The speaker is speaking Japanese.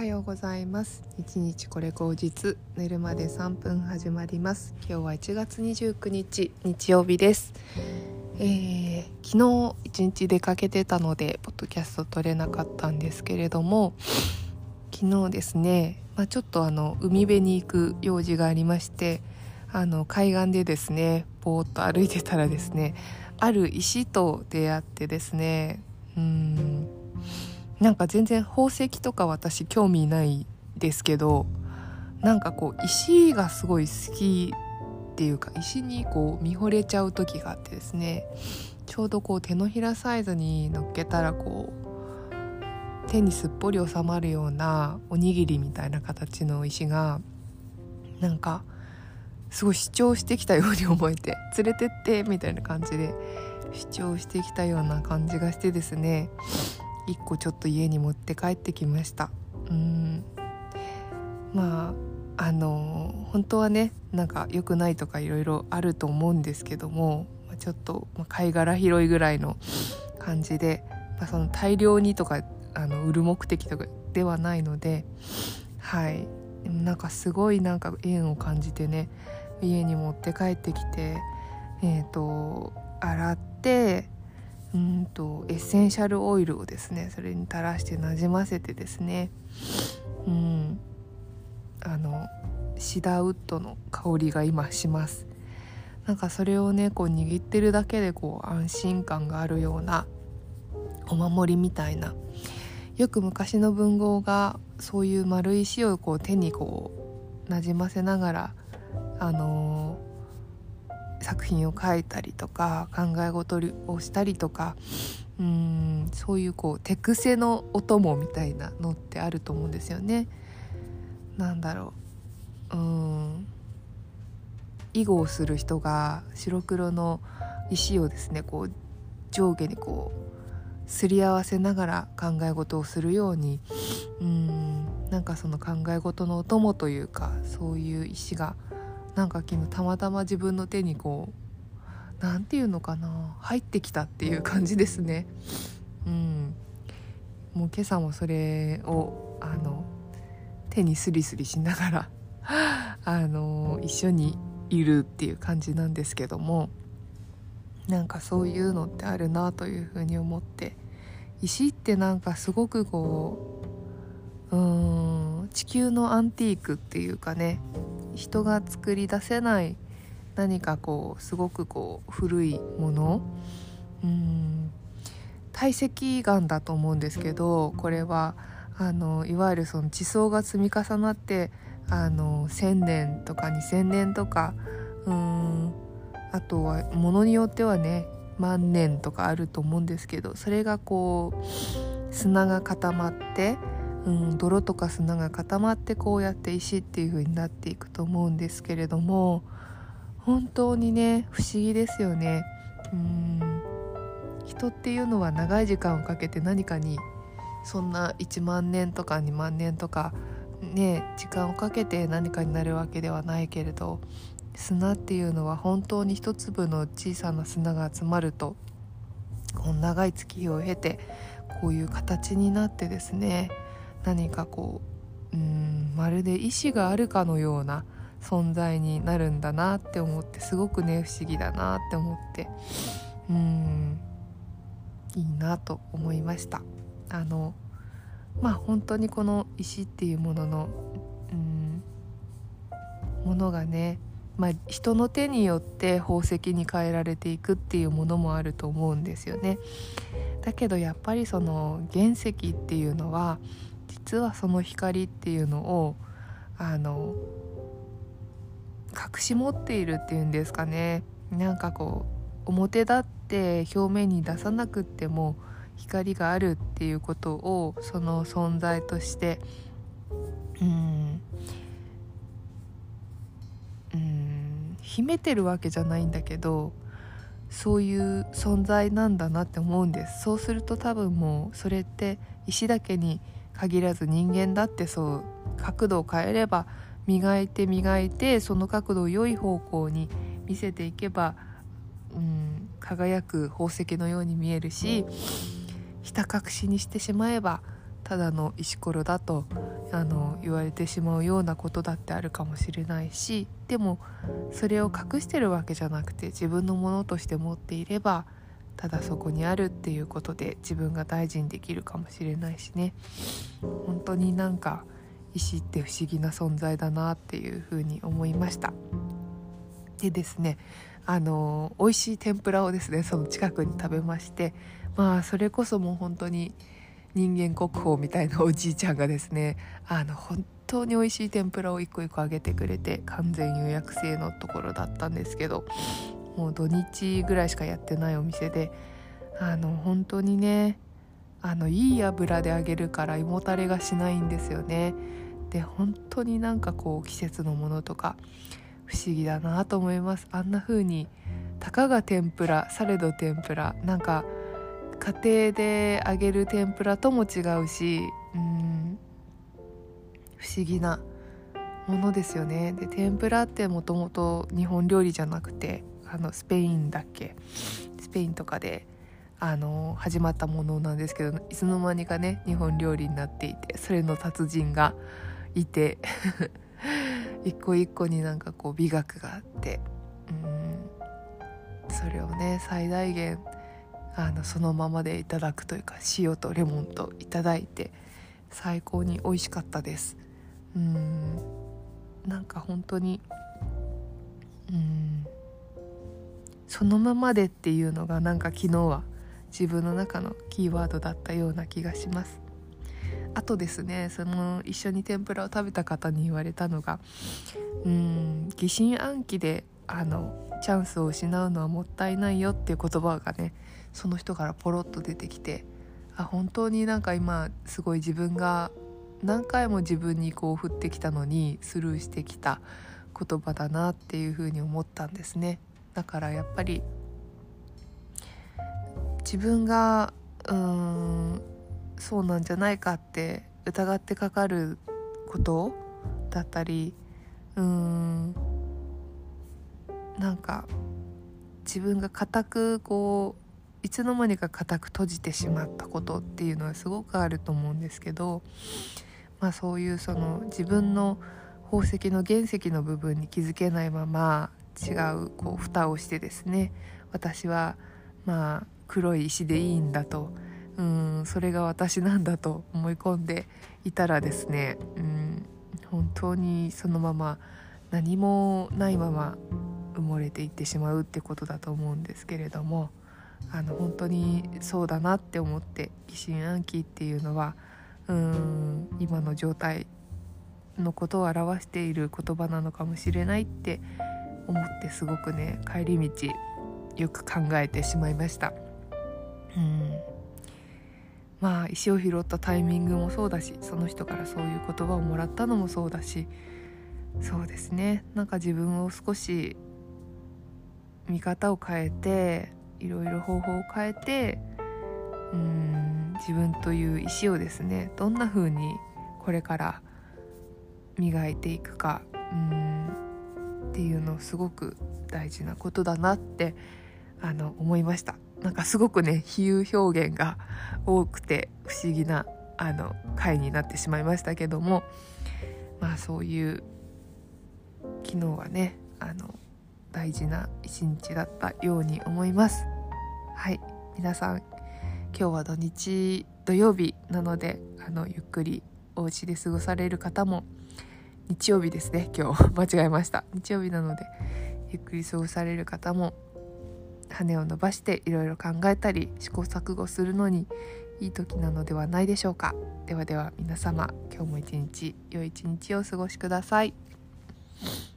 はようございます。一日これ口実、寝るまで3分始まります。今日は1月29日日曜日です。昨日一日出かけてたのでポッドキャスト撮れなかったんですけれども、昨日ですね、ちょっと海辺に行く用事がありまして、海岸でですねぼーっと歩いてたらですね、ある石と出会ってですね、なんか全然宝石とか私興味ないですけど、なんかこう石がすごい好きっていうか、石にこう見惚れちゃう時があってですね、ちょうどこう手のひらサイズに乗っけたらこう手にすっぽり収まるようなおにぎりみたいな形の石がなんかすごい主張してきたように思えて、連れてってみたいな感じで主張してきたような感じがしてですね、1個ちょっと家に持って帰ってきました。本当はね、なんか良くないとかいろいろあると思うんですけども、ちょっと貝殻拾いぐらいの感じで、その大量にとか売る目的とかではないので、でもなんかすごいなんか縁を感じてね、家に持って帰ってきて、洗ってエッセンシャルオイルをですね、それに垂らしてなじませてですね、シダーウッドの香りが今します。なんかそれをねこう握ってるだけでこう安心感があるようなお守りみたいな、よく昔の文豪がそういう丸い石をこう手にこうなじませながら作品を書いたりとか考え事をしたりとか、そういうこう手癖のお供みたいなのってあると思うんですよね。なんだろう、囲碁をする人が白黒の石をですねこう上下にこうすり合わせながら考え事をするように、なんかその考え事のお供というか、そういう石がなんか昨日たまたま自分の手にこうなんていうのかな、入ってきたっていう感じですね。もう今朝もそれを手にスリスリしながら一緒にいるっていう感じなんですけども、なんかそういうのってあるなというふうに思って、石ってなんかすごくこう地球のアンティークっていうかね、人が作り出せない何かこうすごくこう古いもの、堆積岩だと思うんですけど、これはいわゆるその地層が積み重なって1000年とか2000年とかあとはものによってはね万年とかあると思うんですけど、それがこう砂が固まって泥とか砂が固まってこうやって石っていう風になっていくと思うんですけれども、本当にね不思議ですよね。人っていうのは長い時間をかけて何かにそんな1万年とか2万年とかね時間をかけて何かになるわけではないけれど、砂っていうのは本当に一粒の小さな砂が集まるとこの長い月日を経てこういう形になってですね、何かこうまるで意志があるかのような存在になるんだなって思って、すごくね不思議だなって思って、いいなと思いました。本当にこの石っていうもののものがね、人の手によって宝石に変えられていくっていうものもあると思うんですよね。だけどやっぱりその原石っていうのは実はその光っていうのを隠し持っているっていうんですかね。なんかこう表立って表面に出さなくっても光があるっていうことをその存在として秘めてるわけじゃないんだけど、そういう存在なんだなって思うんです。そうすると多分もうそれって石だけに限らず人間だってそう角度を変えれば磨いてその角度を良い方向に見せていけば輝く宝石のように見えるし、ひた隠しにしてしまえばただの石ころだと言われてしまうようなことだってあるかもしれないし、でもそれを隠してるわけじゃなくて自分のものとして持っていればただそこにあるっていうことで自分が大事にできるかもしれないしね。本当になんか石って不思議な存在だなっていうふうに思いました。でですね、美味しい天ぷらをですねその近くに食べまして、それこそもう本当に人間国宝みたいなおじいちゃんがですね本当に美味しい天ぷらを一個一個あげてくれて、完全予約制のところだったんですけど、もう土日ぐらいしかやってないお店で本当にねいい油で揚げるから胃もたれがしないんですよね。で本当になんかこう季節のものとか不思議だなと思います。あんな風にたかが天ぷらされど天ぷら、なんか家庭で揚げる天ぷらとも違うし、不思議なものですよね。で天ぷらってもともと日本料理じゃなくてスペインとかで始まったものなんですけど、いつの間にかね日本料理になっていて、それの達人がいて一個一個になんかこう美学があって、それをね最大限そのままでいただくというか、塩とレモンといただいて最高に美味しかったです。なんか本当にそのままでっていうのがなんか昨日は自分の中のキーワードだったような気がします。あとですね、その一緒に天ぷらを食べた方に言われたのが、疑心暗鬼でチャンスを失うのはもったいないよっていう言葉がねその人からポロッと出てきて、本当になんか今すごい自分が何回も自分にこう降ってきたのにスルーしてきた言葉だなっていうふうに思ったんですね。だからやっぱり自分がそうなんじゃないかって疑ってかかることだったり、なんか自分が固くこういつの間にか固く閉じてしまったことっていうのはすごくあると思うんですけど、そういうその自分の宝石の原石の部分に気づけないまま違うこう蓋をしてですね、私は黒い石でいいんだと、それが私なんだと思い込んでいたらですね、本当にそのまま何もないまま埋もれていってしまうってことだと思うんですけれども、本当にそうだなって思って、疑心暗鬼っていうのは今の状態のことを表している言葉なのかもしれないって思って、すごくね帰り道よく考えてしまいました。石を拾ったタイミングもそうだし、その人からそういう言葉をもらったのもそうだし、そうですね、なんか自分を少し見方を変えて、いろいろ方法を変えて、自分という石をですねどんな風にこれから磨いていくかっていうのすごく大事なことだなって思いました。なんかすごくね比喩表現が多くて不思議な回になってしまいましたけども、そういう昨日はね大事な一日だったように思います。はい、皆さん今日は土曜日なのでゆっくりお家で過ごされる方も、日曜日ですね、今日間違えました、日曜日なのでゆっくり過ごされる方も羽を伸ばしていろいろ考えたり試行錯誤するのにいい時なのではないでしょうか。ではでは皆様、今日も一日良い一日をお過ごしください。